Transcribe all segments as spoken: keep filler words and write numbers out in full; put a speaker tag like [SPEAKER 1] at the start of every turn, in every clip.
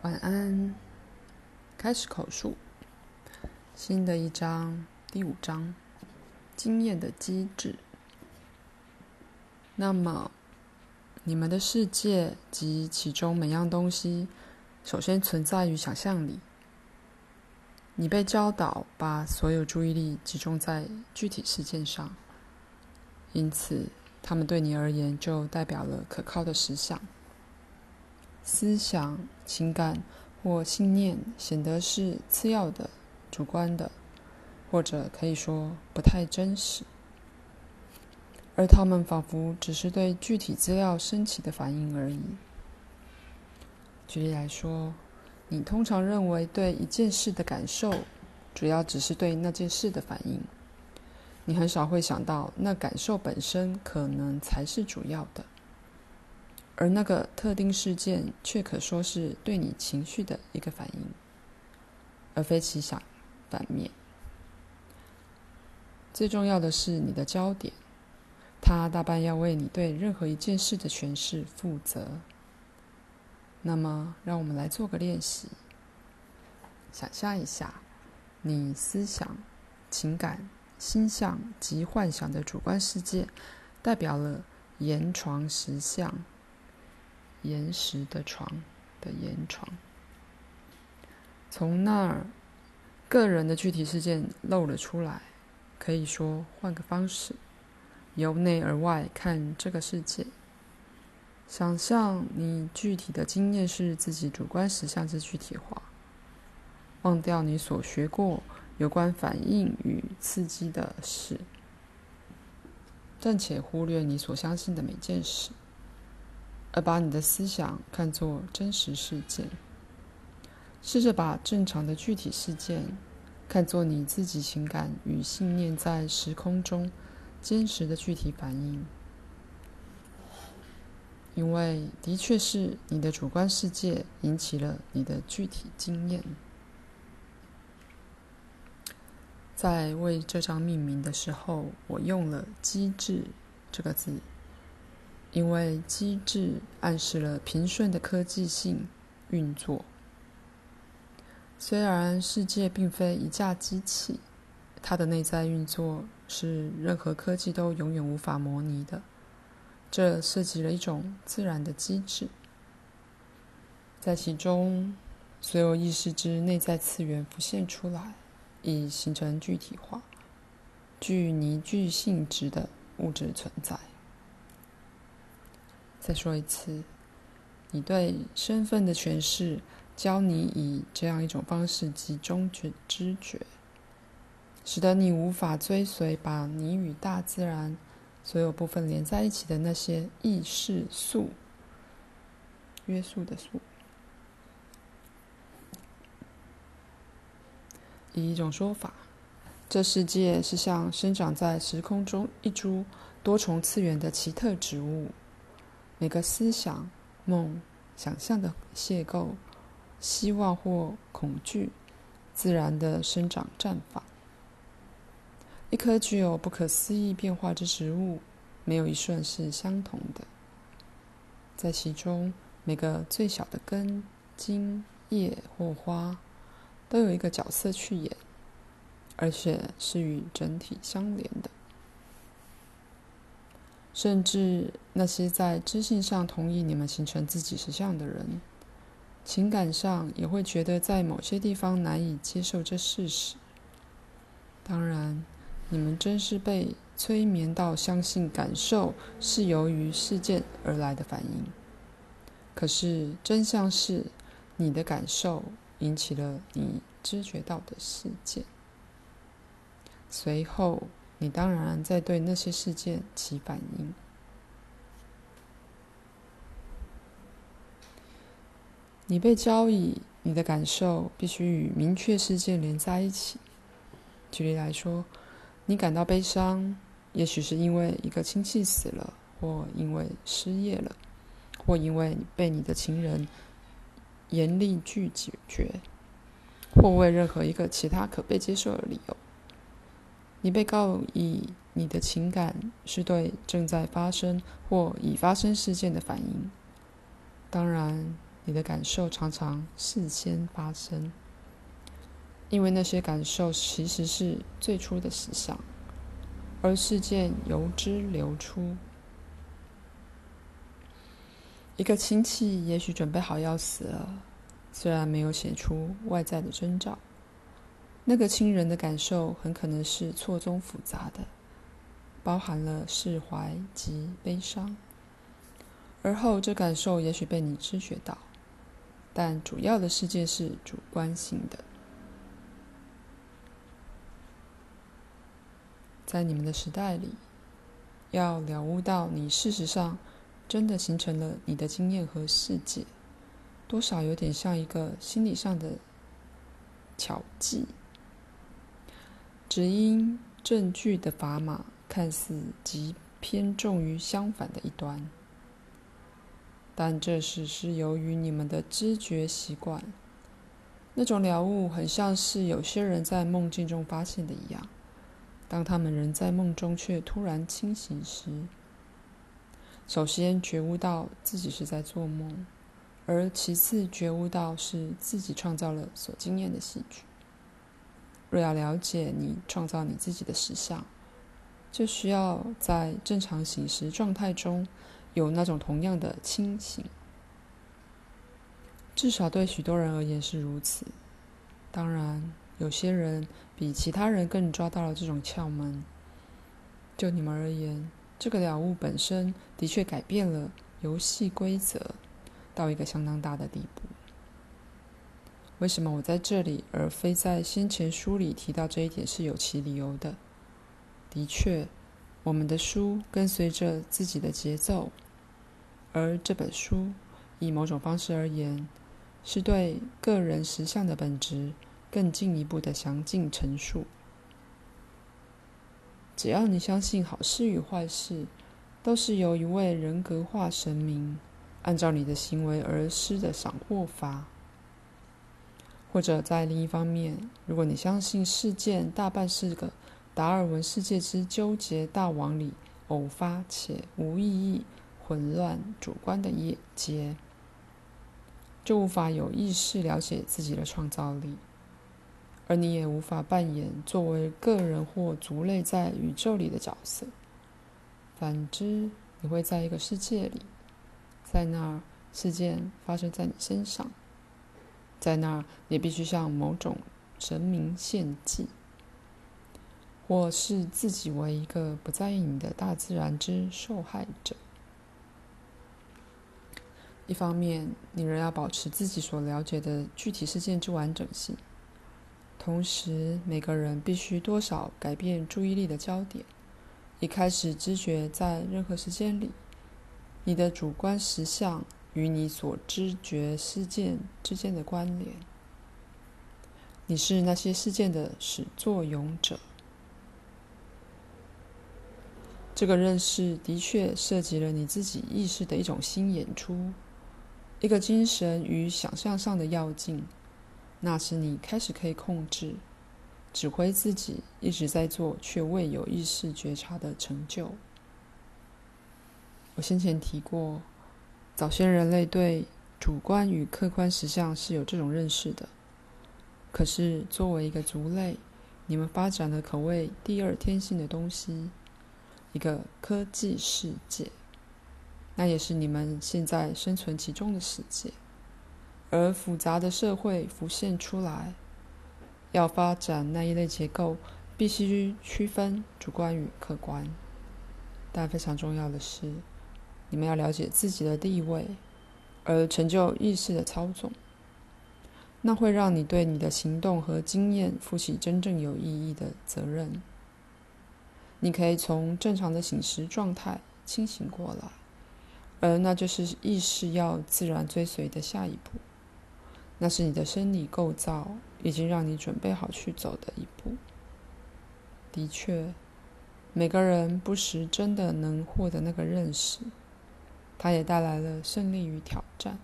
[SPEAKER 1] 晚安。开始口述，新的一章，第五章，经验的机制。那么，你们的世界及其中每样东西，首先存在于想象里。你被教导把所有注意力集中在具体事件上，因此，它们对你而言就代表了可靠的实相。思想、情感或信念显得是次要的、主观的，或者可以说不太真实，而它们仿佛只是对具体资料升起的反应而已。举例来说，你通常认为对一件事的感受，主要只是对那件事的反应，你很少会想到那感受本身可能才是主要的。而那个特定事件却可说是对你情绪的一个反应，而非其相反面。最重要的是你的焦点，它大半要为你对任何一件事的诠释负责。那么，让我们来做个练习。想象一下，你思想、情感、心象及幻想的主观世界，代表了岩床实相。岩石的床的岩床，从那儿，个人的具体事件露了出来。可以说，换个方式，由内而外看这个世界。想象你具体的经验是自己主观实相之具体化，忘掉你所学过有关反应与刺激的事，暂且忽略你所相信的每件事，而把你的思想看作真实事件。试着把正常的具体事件看作你自己情感与信念在时空中坚实的具体反应，因为的确是你的主观世界引起了你的具体经验。在为这章命名的时候，我用了机制这个字，因为机制暗示了平顺的科技性运作。虽然世界并非一架机器，它的内在运作是任何科技都永远无法模拟的，这涉及了一种自然的机制，在其中所有意识之内在次元浮现出来，以形成具体化、具凝聚性质的物质存在。再说一次，你对身份的诠释教你以这样一种方式集中知觉，使得你无法追随把你与大自然所有部分连在一起的那些意识束，约束的束。以一种说法，这世界是像生长在时空中一株多重次元的奇特植物，每个思想、梦、想象的邂逅，希望或恐惧，自然的生长绽放。一棵具有不可思议变化之植物，没有一瞬是相同的。在其中，每个最小的根、茎、叶或花，都有一个角色去演，而且是与整体相连的。甚至那些在知性上同意你们形成自己实相的人，情感上也会觉得在某些地方难以接受这事实。当然，你们真是被催眠到相信感受是由于事件而来的反应。可是真相是，你的感受引起了你知觉到的事件，随后你当然在对那些事件起反应。你被教以你的感受必须与明确事件连在一起。举例来说，你感到悲伤，也许是因为一个亲戚死了，或因为失业了，或因为被你的情人严厉拒绝，或为任何一个其他可被接受的理由。你被告以你的情感是对正在发生或已发生事件的反应。当然， 你的感受常常事先发生，因为那些感受其实是最初的实相，而事件由之流出。一个亲戚也许准备好要死了，虽然没有显出外在的征兆，那个亲人的感受很可能是错综复杂的，包含了释怀及悲伤。而后这感受也许被你知觉到，但主要的事件是主观性的。在你们的时代里，要了悟到你事实上真的形成了你的经验和世界，多少有点像一个心理上的巧计，只因证据的砝码看似极偏重于相反的一端，但这只是由于你们的知觉习惯。那种了悟很像是有些人在梦境中发现的一样，当他们仍在梦中却突然清醒时，首先觉悟到自己是在做梦，而其次觉悟到是自己创造了所经验的戏剧。若要了解你创造你自己的实相，就需要在正常醒时状态中有那种同样的清醒。至少对许多人而言是如此。当然，有些人比其他人更抓到了这种窍门。就你们而言，这个了悟本身的确改变了游戏规则到一个相当大的地步。为什么我在这里而非在先前书里提到这一点是有其理由的。的确，我们的书跟随着自己的节奏，而这本书以某种方式而言，是对个人实相的本质更进一步的详尽陈述。只要你相信好事与坏事都是由一位人格化神明按照你的行为而施的赏获罚，或者在另一方面，如果你相信事件大半是个达尔文世界之纠结大网里偶发且无意义、混乱、主观的业结，就无法有意识了解自己的创造力，而你也无法扮演作为个人或族类在宇宙里的角色。反之，你会在一个世界里，在那儿事件发生在你身上，在那儿你必须向某种神明献祭，或视自己为一个不在意你的大自然之受害者。一方面，你仍要保持自己所了解的具体事件之完整性，同时每个人必须多少改变注意力的焦点，以开始知觉在任何时间里，你的主观实相与你所知觉事件之间的关联。你是那些事件的始作俑者。这个认识的确涉及了你自己意识的一种新演出，一个精神与想象上的跃进，那时你开始可以控制、指挥自己一直在做却未有意识觉察的成就。我先前提过，早先人类对主观与客观实相是有这种认识的，可是作为一个族类，你们发展了可谓第二天性的东西，一个科技世界，那也是你们现在生存其中的世界。而复杂的社会浮现出来，要发展那一类结构，必须区分主观与客观。但非常重要的是，你们要了解自己的地位，而成就意识的操纵。那会让你对你的行动和经验负起真正有意义的责任。你可以从正常的醒时状态清醒过来，而那就是意识要自然追随的下一步。那是你的生理构造已经让你准备好去走的一步。的确，每个人不时真的能获得那个认识，它也带来了胜利与挑战。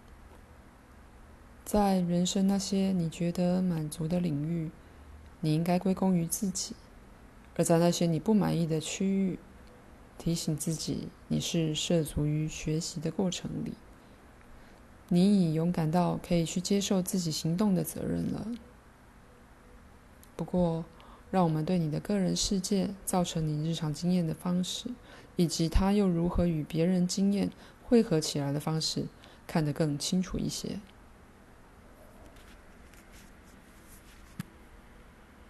[SPEAKER 1] 在人生那些你觉得满足的领域，你应该归功于自己；而在那些你不满意的区域，提醒自己你是涉足于学习的过程里。 你已勇敢到可以去接受自己行动的责任了。不过，让我们对你的个人世界造成你日常经验的方式，以及它又如何与别人经验汇合起来的方式，看得更清楚一些。